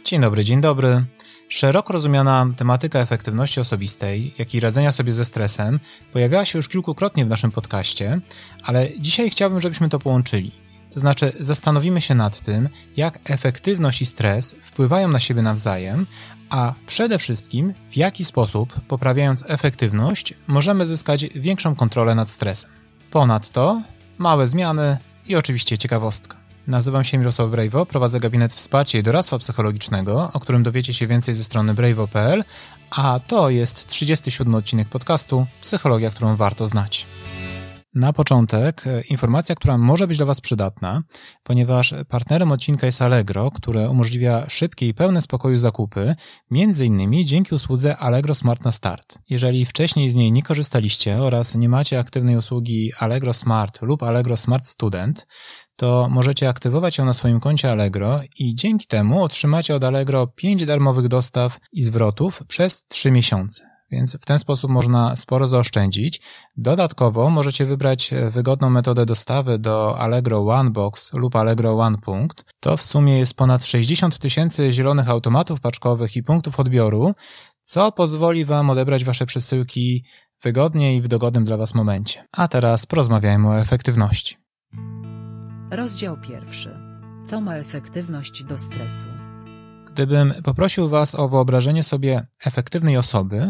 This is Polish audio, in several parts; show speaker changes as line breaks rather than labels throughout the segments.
Dzień dobry. Szeroko rozumiana tematyka efektywności osobistej, jak i radzenia sobie ze stresem pojawiała się już kilkukrotnie w naszym podcaście, ale dzisiaj chciałbym, żebyśmy to połączyli. To znaczy zastanowimy się nad tym, jak efektywność i stres wpływają na siebie nawzajem, a przede wszystkim w jaki sposób, poprawiając efektywność, możemy zyskać większą kontrolę nad stresem. Ponadto małe zmiany i oczywiście ciekawostka. Nazywam się Mirosław Brejwo, prowadzę gabinet wsparcia i doradztwa psychologicznego, o którym dowiecie się więcej ze strony brejwo.pl, a to jest 37 odcinek podcastu Psychologia, którą warto znać. Na początek informacja, która może być dla Was przydatna, ponieważ partnerem odcinka jest Allegro, które umożliwia szybkie i pełne spokoju zakupy, m.in. dzięki usłudze Allegro Smart na Start. Jeżeli wcześniej z niej nie korzystaliście oraz nie macie aktywnej usługi Allegro Smart lub Allegro Smart Student, to możecie aktywować ją na swoim koncie Allegro i dzięki temu otrzymacie od Allegro 5 darmowych dostaw i zwrotów przez 3 miesiące. Więc w ten sposób można sporo zaoszczędzić. Dodatkowo możecie wybrać wygodną metodę dostawy do Allegro One Box lub Allegro One Punkt. To w sumie jest ponad 60 000 zielonych automatów paczkowych i punktów odbioru, co pozwoli Wam odebrać Wasze przesyłki wygodnie i w dogodnym dla Was momencie. A teraz porozmawiajmy o efektywności.
Rozdział 1. Co ma efektywność do stresu?
Gdybym poprosił Was o wyobrażenie sobie efektywnej osoby,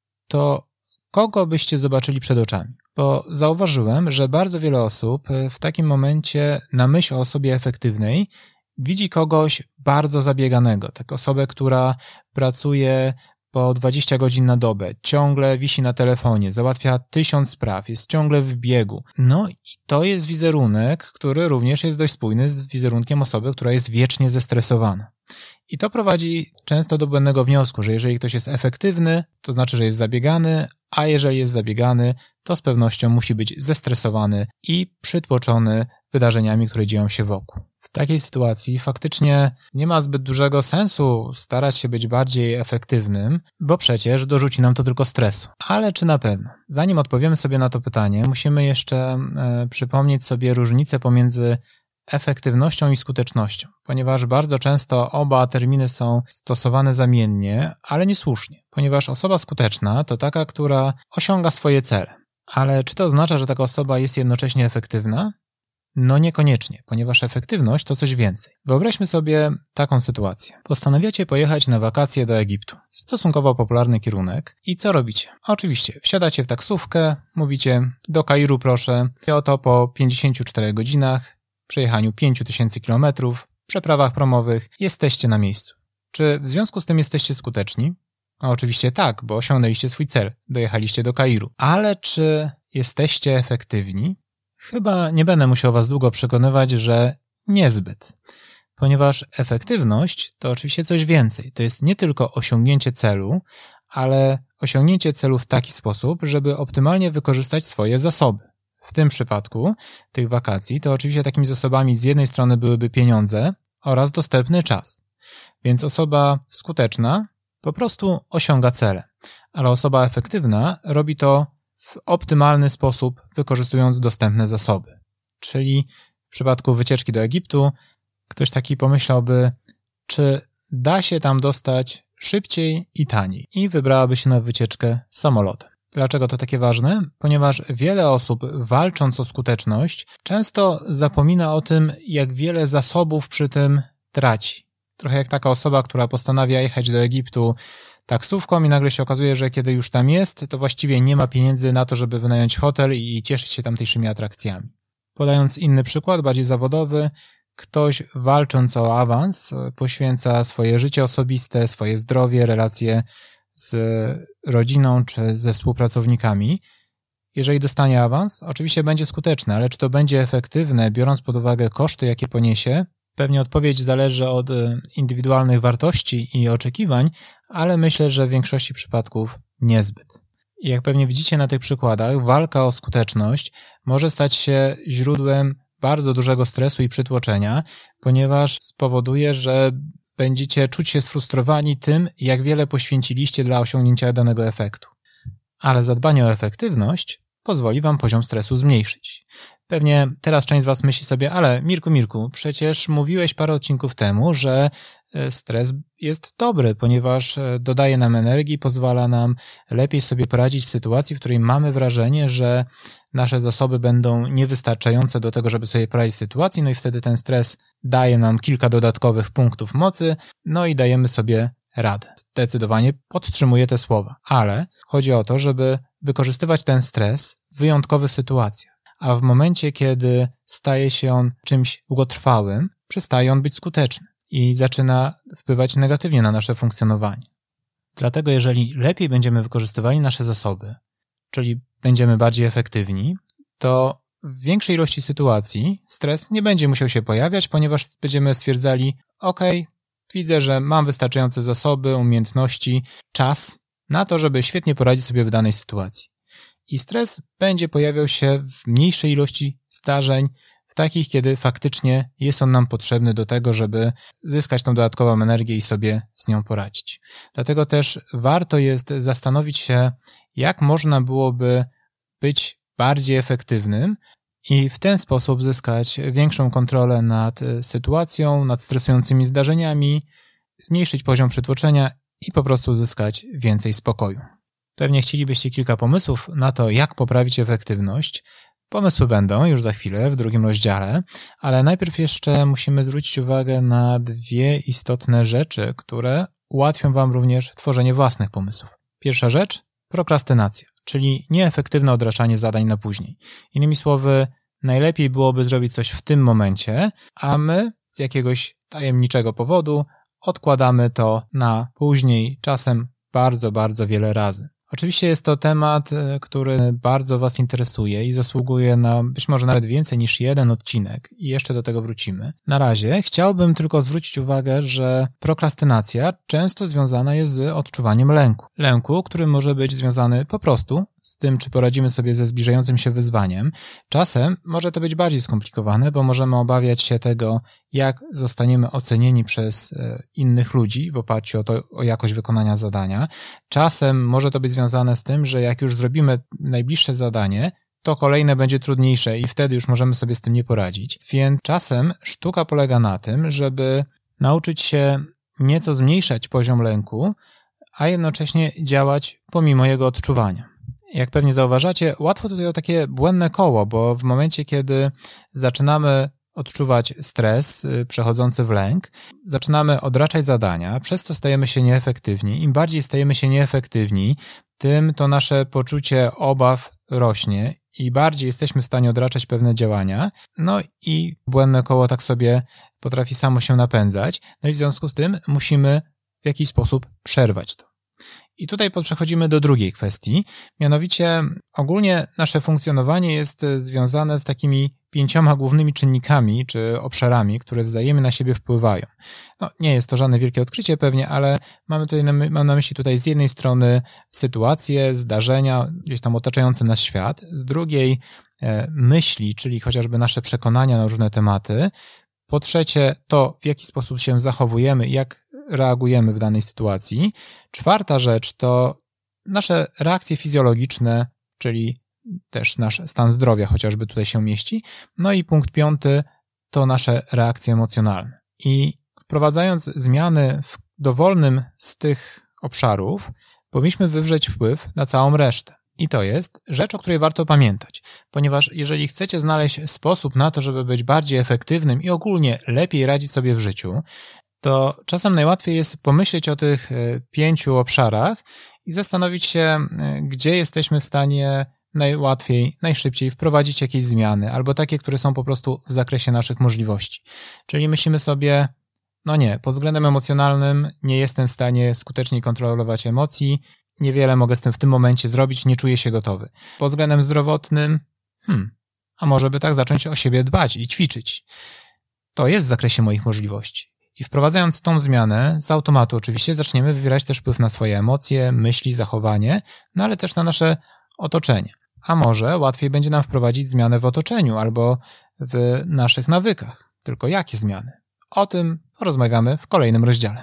to kogo byście zobaczyli przed oczami? Bo zauważyłem, że bardzo wiele osób w takim momencie na myśl o osobie efektywnej widzi kogoś bardzo zabieganego, taką osobę, która pracuje po 20 godzin na dobę, ciągle wisi na telefonie, załatwia 1000 spraw, jest ciągle w biegu. No i to jest wizerunek, który również jest dość spójny z wizerunkiem osoby, która jest wiecznie zestresowana. I to prowadzi często do błędnego wniosku, że jeżeli ktoś jest efektywny, to znaczy, że jest zabiegany, a jeżeli jest zabiegany, to z pewnością musi być zestresowany i przytłoczony wydarzeniami, które dzieją się wokół. W takiej sytuacji faktycznie nie ma zbyt dużego sensu starać się być bardziej efektywnym, bo przecież dorzuci nam to tylko stresu. Ale czy na pewno? Zanim odpowiemy sobie na to pytanie, musimy jeszcze przypomnieć sobie różnicę pomiędzy efektywnością i skutecznością, ponieważ bardzo często oba terminy są stosowane zamiennie, ale niesłusznie, ponieważ osoba skuteczna to taka, która osiąga swoje cele. Ale czy to oznacza, że taka osoba jest jednocześnie efektywna? No niekoniecznie, ponieważ efektywność to coś więcej. Wyobraźmy sobie taką sytuację. Postanawiacie pojechać na wakacje do Egiptu. Stosunkowo popularny kierunek. I co robicie? Oczywiście, wsiadacie w taksówkę, mówicie do Kairu proszę, i oto po 54 godzinach, przejechaniu 5000 km, przeprawach promowych, jesteście na miejscu. Czy w związku z tym jesteście skuteczni? No, oczywiście tak, bo osiągnęliście swój cel, dojechaliście do Kairu. Ale czy jesteście efektywni? Chyba nie będę musiał Was długo przekonywać, że niezbyt, ponieważ efektywność to oczywiście coś więcej. To jest nie tylko osiągnięcie celu, ale osiągnięcie celu w taki sposób, żeby optymalnie wykorzystać swoje zasoby. W tym przypadku tych wakacji to oczywiście takimi zasobami z jednej strony byłyby pieniądze oraz dostępny czas. Więc osoba skuteczna po prostu osiąga cele, ale osoba efektywna robi to w optymalny sposób, wykorzystując dostępne zasoby. Czyli w przypadku wycieczki do Egiptu ktoś taki pomyślałby, czy da się tam dostać szybciej i taniej i wybrałaby się na wycieczkę samolotem. Dlaczego to takie ważne? Ponieważ wiele osób, walcząc o skuteczność, często zapomina o tym, jak wiele zasobów przy tym traci. Trochę jak taka osoba, która postanawia jechać do Egiptu taksówką i nagle się okazuje, że kiedy już tam jest, to właściwie nie ma pieniędzy na to, żeby wynająć hotel i cieszyć się tamtejszymi atrakcjami. Podając inny przykład, bardziej zawodowy, ktoś walcząc o awans poświęca swoje życie osobiste, swoje zdrowie, relacje z rodziną czy ze współpracownikami. Jeżeli dostanie awans, oczywiście będzie skuteczny, ale czy to będzie efektywne, biorąc pod uwagę koszty, jakie poniesie? Pewnie odpowiedź zależy od indywidualnych wartości i oczekiwań, ale myślę, że w większości przypadków niezbyt. I jak pewnie widzicie na tych przykładach, walka o skuteczność może stać się źródłem bardzo dużego stresu i przytłoczenia, ponieważ spowoduje, że będziecie czuć się sfrustrowani tym, jak wiele poświęciliście dla osiągnięcia danego efektu. Ale zadbanie o efektywność pozwoli Wam poziom stresu zmniejszyć. Pewnie teraz część z was myśli sobie, ale Mirku, przecież mówiłeś parę odcinków temu, że stres jest dobry, ponieważ dodaje nam energii, pozwala nam lepiej sobie poradzić w sytuacji, w której mamy wrażenie, że nasze zasoby będą niewystarczające do tego, żeby sobie poradzić w sytuacji, no i wtedy ten stres daje nam kilka dodatkowych punktów mocy, no i dajemy sobie radę. Zdecydowanie podtrzymuję te słowa, ale chodzi o to, żeby wykorzystywać ten stres w wyjątkowych sytuacjach. A w momencie, kiedy staje się on czymś długotrwałym, przestaje on być skuteczny i zaczyna wpływać negatywnie na nasze funkcjonowanie. Dlatego jeżeli lepiej będziemy wykorzystywali nasze zasoby, czyli będziemy bardziej efektywni, to w większej ilości sytuacji stres nie będzie musiał się pojawiać, ponieważ będziemy stwierdzali, widzę, że mam wystarczające zasoby, umiejętności, czas na to, żeby świetnie poradzić sobie w danej sytuacji. I stres będzie pojawiał się w mniejszej ilości zdarzeń, w takich, kiedy faktycznie jest on nam potrzebny do tego, żeby zyskać tą dodatkową energię i sobie z nią poradzić. Dlatego też warto jest zastanowić się, jak można byłoby być bardziej efektywnym i w ten sposób zyskać większą kontrolę nad sytuacją, nad stresującymi zdarzeniami, zmniejszyć poziom przytłoczenia i po prostu zyskać więcej spokoju. Pewnie chcielibyście kilka pomysłów na to, jak poprawić efektywność. Pomysły będą już za chwilę w drugim rozdziale, ale najpierw jeszcze musimy zwrócić uwagę na dwie istotne rzeczy, które ułatwią wam również tworzenie własnych pomysłów. Pierwsza rzecz, prokrastynacja, czyli nieefektywne odraczanie zadań na później. Innymi słowy, najlepiej byłoby zrobić coś w tym momencie, a my z jakiegoś tajemniczego powodu odkładamy to na później, czasem bardzo, bardzo wiele razy. Oczywiście jest to temat, który bardzo was interesuje i zasługuje na być może nawet więcej niż jeden odcinek i jeszcze do tego wrócimy. Na razie chciałbym tylko zwrócić uwagę, że prokrastynacja często związana jest z odczuwaniem lęku. Lęku, który może być związany po prostu z tym, czy poradzimy sobie ze zbliżającym się wyzwaniem. Czasem może to być bardziej skomplikowane, bo możemy obawiać się tego, jak zostaniemy ocenieni przez innych ludzi w oparciu o jakość wykonania zadania. Czasem może to być związane z tym, że jak już zrobimy najbliższe zadanie, to kolejne będzie trudniejsze i wtedy już możemy sobie z tym nie poradzić. Więc czasem sztuka polega na tym, żeby nauczyć się nieco zmniejszać poziom lęku, a jednocześnie działać pomimo jego odczuwania. Jak pewnie zauważacie, łatwo tutaj o takie błędne koło, bo w momencie, kiedy zaczynamy odczuwać stres przechodzący w lęk, zaczynamy odraczać zadania, przez to stajemy się nieefektywni. Im bardziej stajemy się nieefektywni, tym to nasze poczucie obaw rośnie i bardziej jesteśmy w stanie odraczać pewne działania. No i błędne koło tak sobie potrafi samo się napędzać. No i w związku z tym musimy w jakiś sposób przerwać to. I tutaj przechodzimy do drugiej kwestii, mianowicie ogólnie nasze funkcjonowanie jest związane z takimi 5 głównymi czynnikami czy obszarami, które wzajemnie na siebie wpływają. No, nie jest to żadne wielkie odkrycie pewnie, ale mam na myśli tutaj z jednej strony sytuacje, zdarzenia, gdzieś tam otaczające nas świat, z drugiej myśli, czyli chociażby nasze przekonania na różne tematy, po trzecie to, w jaki sposób się zachowujemy i jak reagujemy w danej sytuacji. Czwarta rzecz to nasze reakcje fizjologiczne, czyli też nasz stan zdrowia chociażby tutaj się mieści. No i punkt 5 to nasze reakcje emocjonalne. I wprowadzając zmiany w dowolnym z tych obszarów, powinniśmy wywrzeć wpływ na całą resztę. I to jest rzecz, o której warto pamiętać, ponieważ jeżeli chcecie znaleźć sposób na to, żeby być bardziej efektywnym i ogólnie lepiej radzić sobie w życiu, to czasem najłatwiej jest pomyśleć o tych 5 obszarach i zastanowić się, gdzie jesteśmy w stanie najłatwiej, najszybciej wprowadzić jakieś zmiany, albo takie, które są po prostu w zakresie naszych możliwości. Czyli myślimy sobie, no nie, pod względem emocjonalnym nie jestem w stanie skutecznie kontrolować emocji, niewiele mogę z tym w tym momencie zrobić, nie czuję się gotowy. Pod względem zdrowotnym, a może by tak zacząć o siebie dbać i ćwiczyć. To jest w zakresie moich możliwości. I wprowadzając tą zmianę, z automatu oczywiście zaczniemy wywierać też wpływ na swoje emocje, myśli, zachowanie, no ale też na nasze otoczenie. A może łatwiej będzie nam wprowadzić zmianę w otoczeniu albo w naszych nawykach. Tylko jakie zmiany? O tym porozmawiamy w kolejnym rozdziale.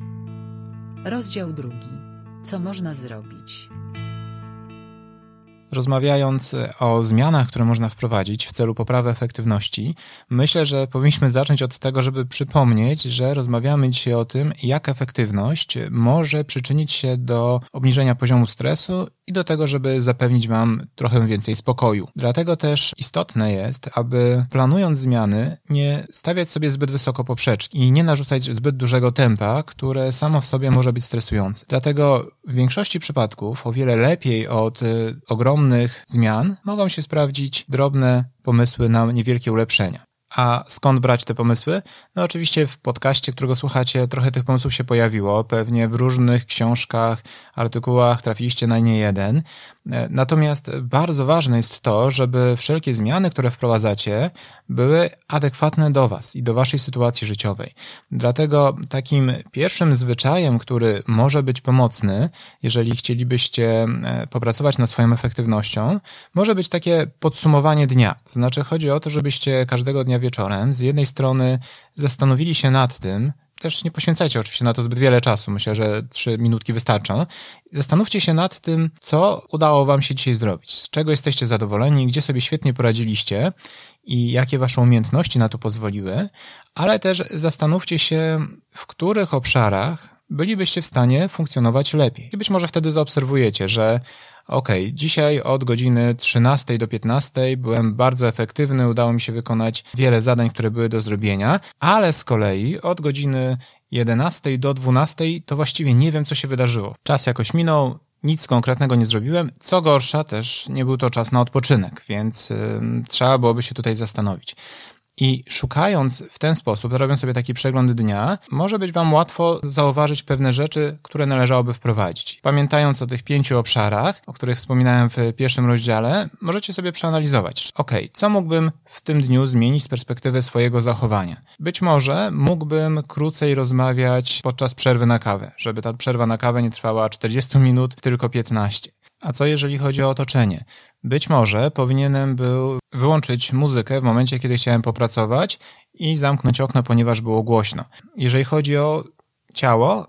Rozdział 2. Co można zrobić?
Rozmawiając o zmianach, które można wprowadzić w celu poprawy efektywności, myślę, że powinniśmy zacząć od tego, żeby przypomnieć, że rozmawiamy dzisiaj o tym, jak efektywność może przyczynić się do obniżenia poziomu stresu i do tego, żeby zapewnić Wam trochę więcej spokoju. Dlatego też istotne jest, aby planując zmiany, nie stawiać sobie zbyt wysoko poprzeczki i nie narzucać zbyt dużego tempa, które samo w sobie może być stresujące. Dlatego w większości przypadków o wiele lepiej od ogromnych zmian mogą się sprawdzić drobne pomysły na niewielkie ulepszenia. A skąd brać te pomysły? No oczywiście w podcaście, którego słuchacie, trochę tych pomysłów się pojawiło. Pewnie w różnych książkach, artykułach trafiliście na nie jeden. Natomiast bardzo ważne jest to, żeby wszelkie zmiany, które wprowadzacie, były adekwatne do Was i do Waszej sytuacji życiowej. Dlatego takim pierwszym zwyczajem, który może być pomocny, jeżeli chcielibyście popracować nad swoją efektywnością, może być takie podsumowanie dnia. To znaczy chodzi o to, żebyście każdego dnia wieczorem z jednej strony zastanowili się nad tym, też nie poświęcajcie oczywiście na to zbyt wiele czasu, myślę, że 3 minutki wystarczą. Zastanówcie się nad tym, co udało Wam się dzisiaj zrobić, z czego jesteście zadowoleni, gdzie sobie świetnie poradziliście i jakie Wasze umiejętności na to pozwoliły, ale też zastanówcie się, w których obszarach bylibyście w stanie funkcjonować lepiej. I być może wtedy zaobserwujecie, że dzisiaj od godziny 13 do 15 byłem bardzo efektywny, udało mi się wykonać wiele zadań, które były do zrobienia, ale z kolei od godziny 11 do 12 to właściwie nie wiem, co się wydarzyło. Czas jakoś minął, nic konkretnego nie zrobiłem, co gorsza też nie był to czas na odpoczynek, więc trzeba byłoby się tutaj zastanowić. I szukając w ten sposób, robiąc sobie taki przegląd dnia, może być Wam łatwo zauważyć pewne rzeczy, które należałoby wprowadzić. Pamiętając o tych 5 obszarach, o których wspominałem w pierwszym rozdziale, możecie sobie przeanalizować. Co mógłbym w tym dniu zmienić z perspektywy swojego zachowania? Być może mógłbym krócej rozmawiać podczas przerwy na kawę, żeby ta przerwa na kawę nie trwała 40 minut, tylko 15. A co jeżeli chodzi o otoczenie? Być może powinienem był wyłączyć muzykę w momencie, kiedy chciałem popracować i zamknąć okno, ponieważ było głośno. Jeżeli chodzi o ciało,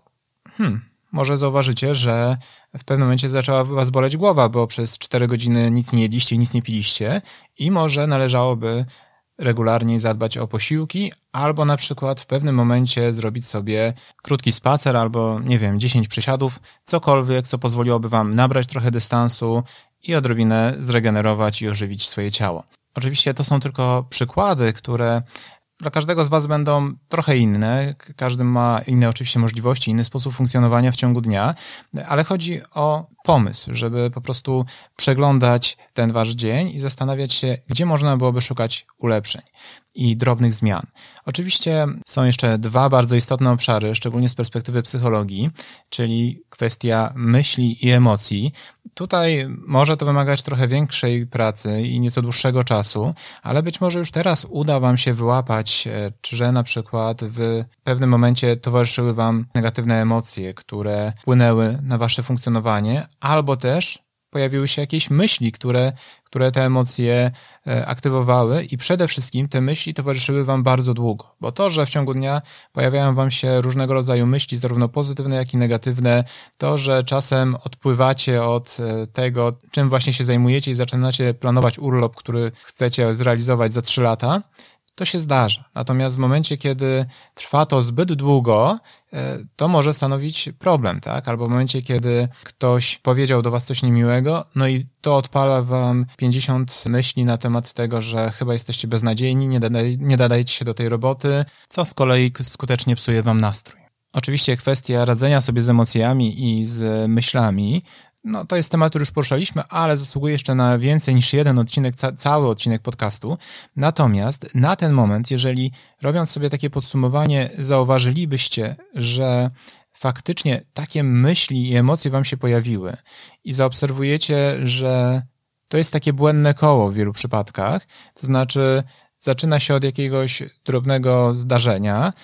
może zauważycie, że w pewnym momencie zaczęła Was boleć głowa, bo przez 4 godziny nic nie jedliście i nic nie piliście i może należałoby regularnie zadbać o posiłki, albo na przykład w pewnym momencie zrobić sobie krótki spacer, albo 10 przysiadów, cokolwiek, co pozwoliłoby Wam nabrać trochę dystansu i odrobinę zregenerować i ożywić swoje ciało. Oczywiście to są tylko przykłady, które dla każdego z Was będą trochę inne. Każdy ma inne oczywiście możliwości, inny sposób funkcjonowania w ciągu dnia, ale chodzi o pomysł, żeby po prostu przeglądać ten Wasz dzień i zastanawiać się, gdzie można byłoby szukać ulepszeń i drobnych zmian. Oczywiście są jeszcze 2 bardzo istotne obszary, szczególnie z perspektywy psychologii, czyli kwestia myśli i emocji. Tutaj może to wymagać trochę większej pracy i nieco dłuższego czasu, ale być może już teraz uda Wam się wyłapać, że na przykład w pewnym momencie towarzyszyły Wam negatywne emocje, które wpłynęły na Wasze funkcjonowanie, albo też pojawiły się jakieś myśli, które te emocje aktywowały i przede wszystkim te myśli towarzyszyły Wam bardzo długo, bo to, że w ciągu dnia pojawiają Wam się różnego rodzaju myśli, zarówno pozytywne, jak i negatywne, to, że czasem odpływacie od tego, czym właśnie się zajmujecie i zaczynacie planować urlop, który chcecie zrealizować za 3 lata, to się zdarza. Natomiast w momencie, kiedy trwa to zbyt długo, to może stanowić problem, tak? Albo w momencie, kiedy ktoś powiedział do Was coś niemiłego, no i to odpala Wam 50 myśli na temat tego, że chyba jesteście beznadziejni, nie nadajecie się do tej roboty, co z kolei skutecznie psuje Wam nastrój. Oczywiście kwestia radzenia sobie z emocjami i z myślami, to jest temat, który już poruszaliśmy, ale zasługuje jeszcze na więcej niż jeden odcinek, cały odcinek podcastu. Natomiast na ten moment, jeżeli robiąc sobie takie podsumowanie, zauważylibyście, że faktycznie takie myśli i emocje Wam się pojawiły i zaobserwujecie, że to jest takie błędne koło w wielu przypadkach, to znaczy zaczyna się od jakiegoś drobnego zdarzenia,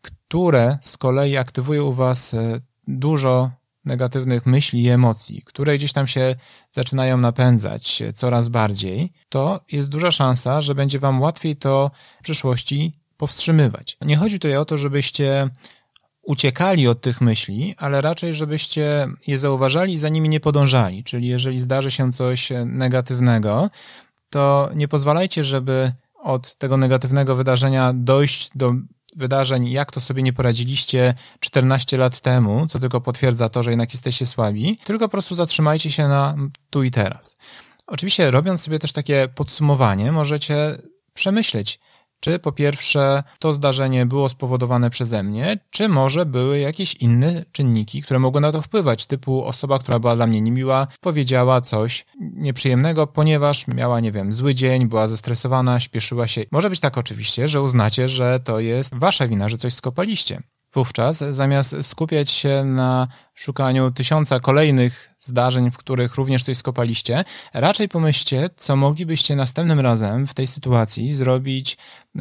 które z kolei aktywuje u Was dużo negatywnych myśli i emocji, które gdzieś tam się zaczynają napędzać coraz bardziej, to jest duża szansa, że będzie Wam łatwiej to w przyszłości powstrzymywać. Nie chodzi tutaj o to, żebyście uciekali od tych myśli, ale raczej żebyście je zauważali i za nimi nie podążali. Czyli jeżeli zdarzy się coś negatywnego, to nie pozwalajcie, żeby od tego negatywnego wydarzenia dojść do wydarzeń, jak to sobie nie poradziliście 14 lat temu, co tylko potwierdza to, że jednak jesteście słabi, tylko po prostu zatrzymajcie się na tu i teraz. Oczywiście robiąc sobie też takie podsumowanie, możecie przemyśleć, czy po pierwsze to zdarzenie było spowodowane przeze mnie, czy może były jakieś inne czynniki, które mogły na to wpływać, typu osoba, która była dla mnie niemiła, powiedziała coś nieprzyjemnego, ponieważ miała, nie wiem, zły dzień, była zestresowana, śpieszyła się. Może być tak oczywiście, że uznacie, że to jest wasza wina, że coś skopaliście. Wówczas zamiast skupiać się na szukaniu 1000 kolejnych zdarzeń, w których również coś skopaliście, raczej pomyślcie, co moglibyście następnym razem w tej sytuacji zrobić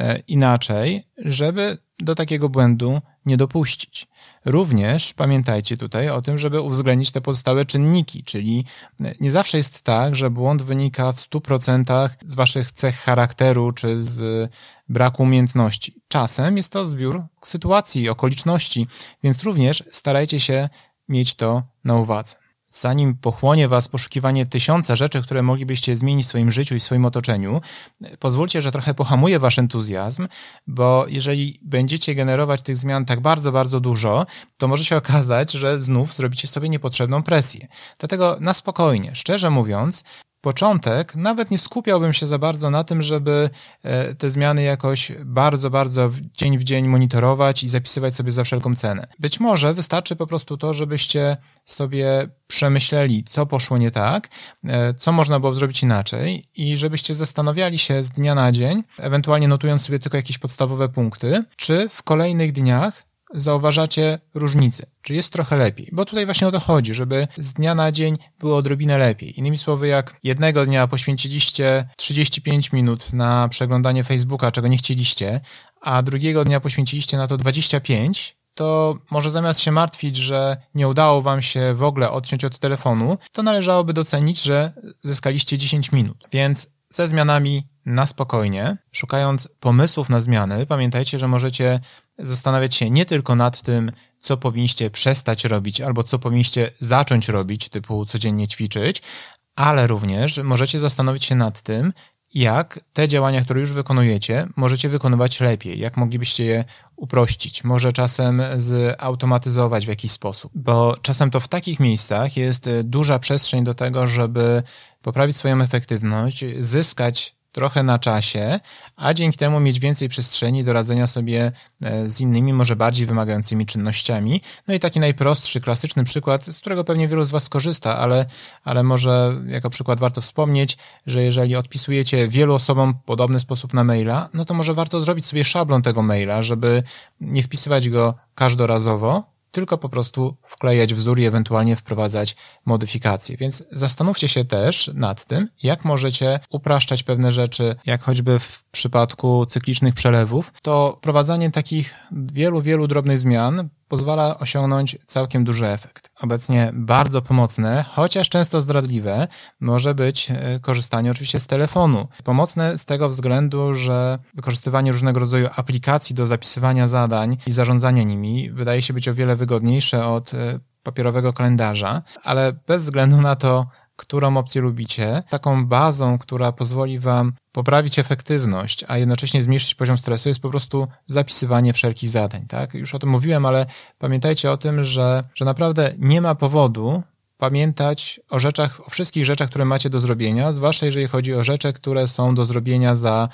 inaczej, żeby do takiego błędu nie dopuścić. Również pamiętajcie tutaj o tym, żeby uwzględnić te pozostałe czynniki, czyli nie zawsze jest tak, że błąd wynika w 100% z waszych cech charakteru czy z braku umiejętności. Czasem jest to zbiór sytuacji, okoliczności, więc również starajcie się mieć to na uwadze. Zanim pochłonie was poszukiwanie 1000 rzeczy, które moglibyście zmienić w swoim życiu i w swoim otoczeniu, pozwólcie, że trochę pohamuję wasz entuzjazm, bo jeżeli będziecie generować tych zmian tak bardzo, bardzo dużo, to może się okazać, że znów zrobicie sobie niepotrzebną presję. Dlatego na spokojnie, szczerze mówiąc, początek nawet nie skupiałbym się za bardzo na tym, żeby te zmiany jakoś bardzo, bardzo dzień w dzień monitorować i zapisywać sobie za wszelką cenę. Być może wystarczy po prostu to, żebyście sobie przemyśleli, co poszło nie tak, co można było zrobić inaczej i żebyście zastanawiali się z dnia na dzień, ewentualnie notując sobie tylko jakieś podstawowe punkty, czy w kolejnych dniach zauważacie różnicę, czy jest trochę lepiej. Bo tutaj właśnie o to chodzi, żeby z dnia na dzień było odrobinę lepiej. Innymi słowy, jak jednego dnia poświęciliście 35 minut na przeglądanie Facebooka, czego nie chcieliście, a drugiego dnia poświęciliście na to 25, to może zamiast się martwić, że nie udało wam się w ogóle odciąć od telefonu, to należałoby docenić, że zyskaliście 10 minut. Więc ze zmianami na spokojnie, szukając pomysłów na zmiany, pamiętajcie, że możecie zastanawiać się nie tylko nad tym, co powinniście przestać robić albo co powinniście zacząć robić, typu codziennie ćwiczyć, ale również możecie zastanowić się nad tym, jak te działania, które już wykonujecie, możecie wykonywać lepiej, jak moglibyście je uprościć, może czasem zautomatyzować w jakiś sposób, bo czasem to w takich miejscach jest duża przestrzeń do tego, żeby poprawić swoją efektywność, zyskać trochę na czasie, a dzięki temu mieć więcej przestrzeni do radzenia sobie z innymi, może bardziej wymagającymi czynnościami. No i taki najprostszy, klasyczny przykład, z którego pewnie wielu z was korzysta, ale może jako przykład warto wspomnieć, że jeżeli odpisujecie wielu osobom w podobny sposób na maila, no to może warto zrobić sobie szablon tego maila, żeby nie wpisywać go każdorazowo, tylko po prostu wklejać wzór i ewentualnie wprowadzać modyfikacje. Więc zastanówcie się też nad tym, jak możecie upraszczać pewne rzeczy, jak choćby w przypadku cyklicznych przelewów, to wprowadzanie takich wielu drobnych zmian pozwala osiągnąć całkiem duży efekt. Obecnie bardzo pomocne, chociaż często zdradliwe, może być korzystanie oczywiście z telefonu. Pomocne z tego względu, że wykorzystywanie różnego rodzaju aplikacji do zapisywania zadań i zarządzania nimi wydaje się być o wiele wygodniejsze od papierowego kalendarza, ale bez względu na to, którą opcję lubicie, taką bazą, która pozwoli wam poprawić efektywność, a jednocześnie zmniejszyć poziom stresu, jest po prostu zapisywanie wszelkich zadań. Tak? Już o tym mówiłem, ale pamiętajcie o tym, że naprawdę nie ma powodu pamiętać o wszystkich rzeczach, które macie do zrobienia, zwłaszcza jeżeli chodzi o rzeczy, które są do zrobienia za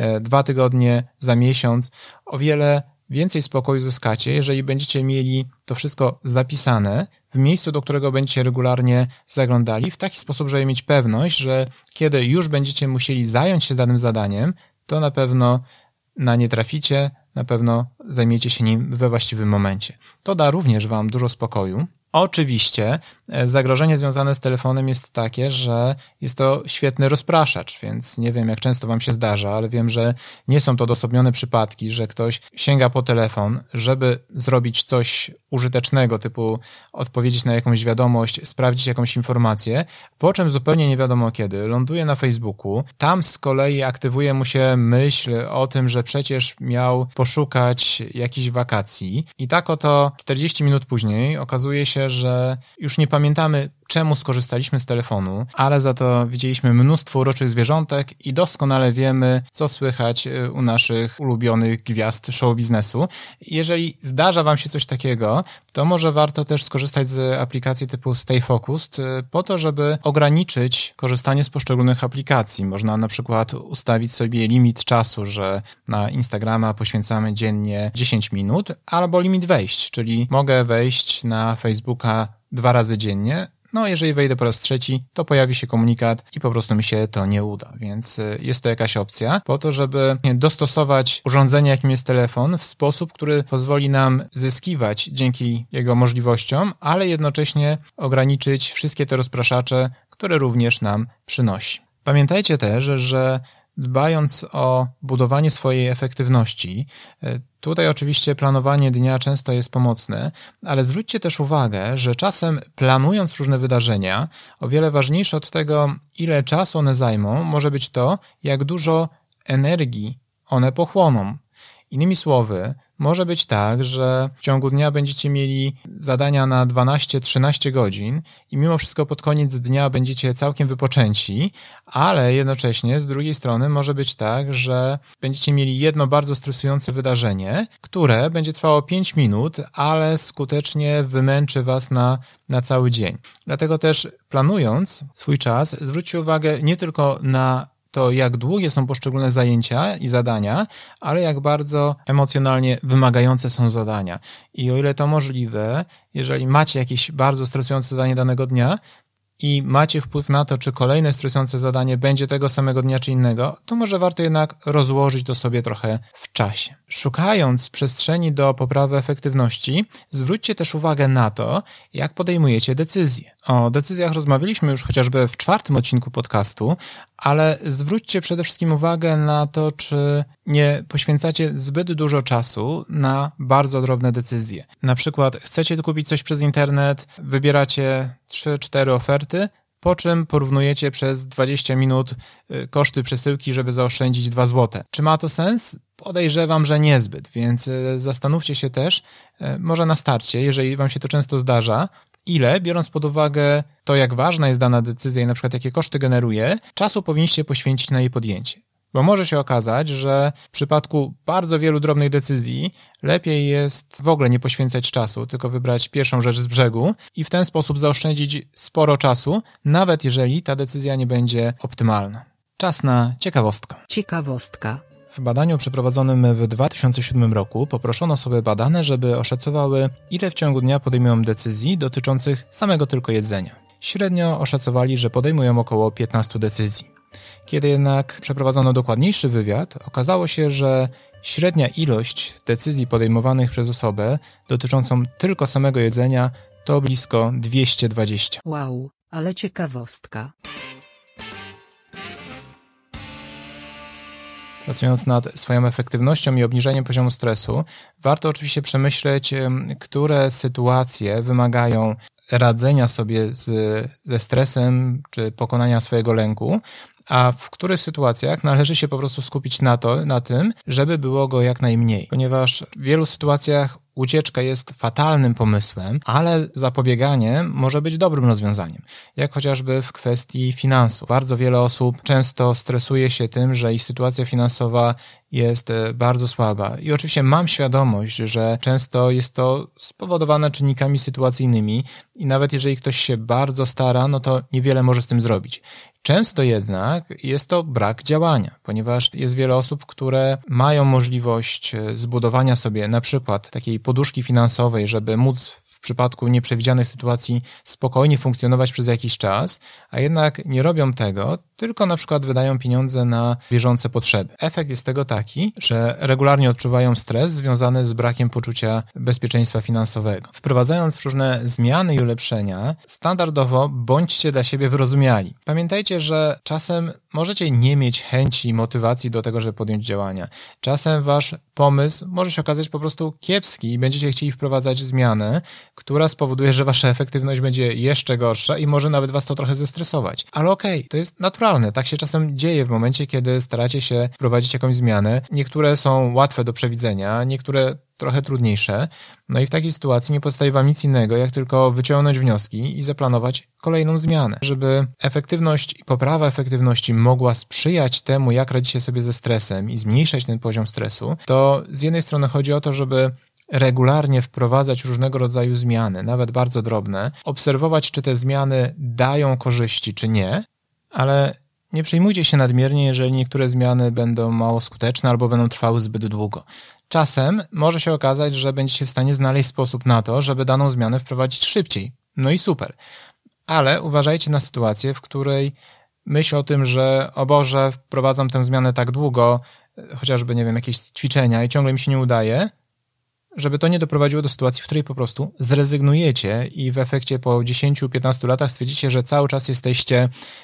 2 tygodnie, za miesiąc. O wiele więcej spokoju zyskacie, jeżeli będziecie mieli to wszystko zapisane w miejscu, do którego będziecie regularnie zaglądali, w taki sposób, żeby mieć pewność, że kiedy już będziecie musieli zająć się danym zadaniem, to na pewno na nie traficie, na pewno zajmiecie się nim we właściwym momencie. To da również wam dużo spokoju. Oczywiście zagrożenie związane z telefonem jest takie, że jest to świetny rozpraszacz, więc nie wiem, jak często wam się zdarza, ale wiem, że nie są to odosobnione przypadki, że ktoś sięga po telefon, żeby zrobić coś użytecznego, typu odpowiedzieć na jakąś wiadomość, sprawdzić jakąś informację, po czym zupełnie nie wiadomo kiedy ląduje na Facebooku, tam z kolei aktywuje mu się myśl o tym, że przecież miał poszukać jakichś wakacji i tak oto 40 minut później okazuje się, że już nie pamiętamy, czemu skorzystaliśmy z telefonu, ale za to widzieliśmy mnóstwo uroczych zwierzątek i doskonale wiemy, co słychać u naszych ulubionych gwiazd show biznesu. Jeżeli zdarza wam się coś takiego, to może warto też skorzystać z aplikacji typu Stay Focused po to, żeby ograniczyć korzystanie z poszczególnych aplikacji. Można na przykład ustawić sobie limit czasu, że na Instagrama poświęcamy dziennie 10 minut, albo limit wejść, czyli mogę wejść na Facebooka 2 razy dziennie. No, jeżeli wejdę po raz 3, to pojawi się komunikat i po prostu mi się to nie uda, więc jest to jakaś opcja po to, żeby dostosować urządzenie, jakim jest telefon, w sposób, który pozwoli nam zyskiwać dzięki jego możliwościom, ale jednocześnie ograniczyć wszystkie te rozpraszacze, które również nam przynosi. Pamiętajcie też, że dbając o budowanie swojej efektywności, tutaj oczywiście planowanie dnia często jest pomocne, ale zwróćcie też uwagę, że czasem planując różne wydarzenia, o wiele ważniejsze od tego, ile czasu one zajmą, może być to, jak dużo energii one pochłoną. Innymi słowy, może być tak, że w ciągu dnia będziecie mieli zadania na 12-13 godzin i mimo wszystko pod koniec dnia będziecie całkiem wypoczęci, ale jednocześnie z drugiej strony może być tak, że będziecie mieli jedno bardzo stresujące wydarzenie, które będzie trwało 5 minut, ale skutecznie wymęczy was na cały dzień. Dlatego też planując swój czas, zwróćcie uwagę nie tylko na to, jak długie są poszczególne zajęcia i zadania, ale jak bardzo emocjonalnie wymagające są zadania. I o ile to możliwe, jeżeli macie jakieś bardzo stresujące zadanie danego dnia i macie wpływ na to, czy kolejne stresujące zadanie będzie tego samego dnia czy innego, to może warto jednak rozłożyć to sobie trochę w czasie. Szukając przestrzeni do poprawy efektywności, zwróćcie też uwagę na to, jak podejmujecie decyzje. O decyzjach rozmawialiśmy już chociażby w 4. odcinku podcastu, ale zwróćcie przede wszystkim uwagę na to, czy nie poświęcacie zbyt dużo czasu na bardzo drobne decyzje. Na przykład chcecie kupić coś przez internet, wybieracie 3-4 oferty, po czym porównujecie przez 20 minut koszty przesyłki, żeby zaoszczędzić 2 zł. Czy ma to sens? Podejrzewam, że niezbyt, więc zastanówcie się też, może na starcie, jeżeli wam się to często zdarza, ile, biorąc pod uwagę to, jak ważna jest dana decyzja i na przykład jakie koszty generuje, czasu powinniście poświęcić na jej podjęcie. Bo może się okazać, że w przypadku bardzo wielu drobnych decyzji lepiej jest w ogóle nie poświęcać czasu, tylko wybrać pierwszą rzecz z brzegu i w ten sposób zaoszczędzić sporo czasu, nawet jeżeli ta decyzja nie będzie optymalna. Czas na ciekawostkę.
Ciekawostka.
W badaniu przeprowadzonym w 2007 roku poproszono osoby badane, żeby oszacowały, ile w ciągu dnia podejmują decyzji dotyczących samego tylko jedzenia. Średnio oszacowali, że podejmują około 15 decyzji. Kiedy jednak przeprowadzono dokładniejszy wywiad, okazało się, że średnia ilość decyzji podejmowanych przez osobę dotyczącą tylko samego jedzenia to blisko 220.
Wow, ale ciekawostka.
Pracując nad swoją efektywnością i obniżeniem poziomu stresu, warto oczywiście przemyśleć, które sytuacje wymagają radzenia sobie ze stresem czy pokonania swojego lęku, a w których sytuacjach należy się po prostu skupić na tym, żeby było go jak najmniej. Ponieważ w wielu sytuacjach ucieczka jest fatalnym pomysłem, ale zapobieganie może być dobrym rozwiązaniem. Jak chociażby w kwestii finansów. Bardzo wiele osób często stresuje się tym, że ich sytuacja finansowa jest bardzo słaba. I oczywiście mam świadomość, że często jest to spowodowane czynnikami sytuacyjnymi i nawet jeżeli ktoś się bardzo stara, no to niewiele może z tym zrobić. Często jednak jest to brak działania, ponieważ jest wiele osób, które mają możliwość zbudowania sobie na przykład takiej poduszki finansowej, żeby móc w w przypadku nieprzewidzianych sytuacji spokojnie funkcjonować przez jakiś czas, a jednak nie robią tego, tylko na przykład wydają pieniądze na bieżące potrzeby. Efekt jest tego taki, że regularnie odczuwają stres związany z brakiem poczucia bezpieczeństwa finansowego. Wprowadzając różne zmiany i ulepszenia, standardowo bądźcie dla siebie wyrozumiali. Pamiętajcie, że czasem możecie nie mieć chęci i motywacji do tego, żeby podjąć działania. Czasem wasz pomysł może się okazać po prostu kiepski i będziecie chcieli wprowadzać zmianę, która spowoduje, że wasza efektywność będzie jeszcze gorsza i może nawet was to trochę zestresować. Ale okej, to jest naturalne. Tak się czasem dzieje w momencie, kiedy staracie się wprowadzić jakąś zmianę. Niektóre są łatwe do przewidzenia, niektóre trochę trudniejsze. No i w takiej sytuacji nie pozostaje wam nic innego, jak tylko wyciągnąć wnioski i zaplanować kolejną zmianę. Żeby efektywność i poprawa efektywności mogła sprzyjać temu, jak radzicie sobie ze stresem i zmniejszać ten poziom stresu, to z jednej strony chodzi o to, żeby regularnie wprowadzać różnego rodzaju zmiany, nawet bardzo drobne, obserwować, czy te zmiany dają korzyści, czy nie, ale nie przejmujcie się nadmiernie, jeżeli niektóre zmiany będą mało skuteczne albo będą trwały zbyt długo. Czasem może się okazać, że będziecie w stanie znaleźć sposób na to, żeby daną zmianę wprowadzić szybciej. No i super. Ale uważajcie na sytuację, w której myśl o tym, że o Boże, wprowadzam tę zmianę tak długo, chociażby, nie wiem, jakieś ćwiczenia i ciągle mi się nie udaje, żeby to nie doprowadziło do sytuacji, w której po prostu zrezygnujecie i w efekcie po 10-15 latach stwierdzicie, że cały czas jesteście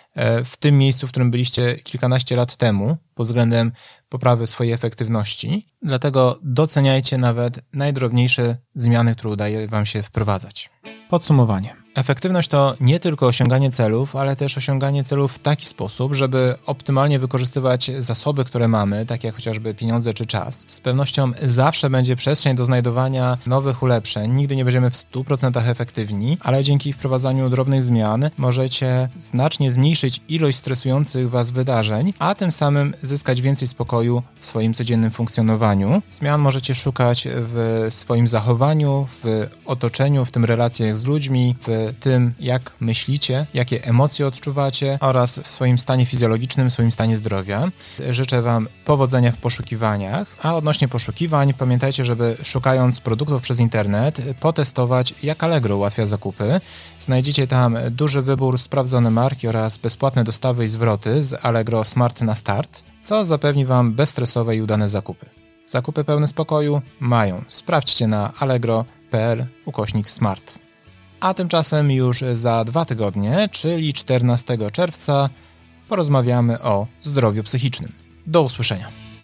w tym miejscu, w którym byliście kilkanaście lat temu pod względem poprawy swojej efektywności. Dlatego doceniajcie nawet najdrobniejsze zmiany, które udaje wam się wprowadzać. Podsumowanie. Efektywność to nie tylko osiąganie celów, ale też osiąganie celów w taki sposób, żeby optymalnie wykorzystywać zasoby, które mamy, takie jak chociażby pieniądze czy czas. Z pewnością zawsze będzie przestrzeń do znajdowania nowych ulepszeń, nigdy nie będziemy w 100% efektywni, ale dzięki wprowadzaniu drobnych zmian możecie znacznie zmniejszyć ilość stresujących was wydarzeń, a tym samym zyskać więcej spokoju w swoim codziennym funkcjonowaniu. Zmian możecie szukać w swoim zachowaniu, w otoczeniu, w tym relacjach z ludźmi, w tym, jak myślicie, jakie emocje odczuwacie oraz w swoim stanie fizjologicznym, w swoim stanie zdrowia. Życzę wam powodzenia w poszukiwaniach, a odnośnie poszukiwań pamiętajcie, żeby szukając produktów przez internet potestować, jak Allegro ułatwia zakupy. Znajdziecie tam duży wybór, sprawdzone marki oraz bezpłatne dostawy i zwroty z Allegro Smart na start, co zapewni wam bezstresowe i udane zakupy. Zakupy pełne spokoju mają. Sprawdźcie na allegro.pl/smart. A tymczasem już za 2 tygodnie, czyli 14 czerwca, porozmawiamy o zdrowiu psychicznym. Do usłyszenia.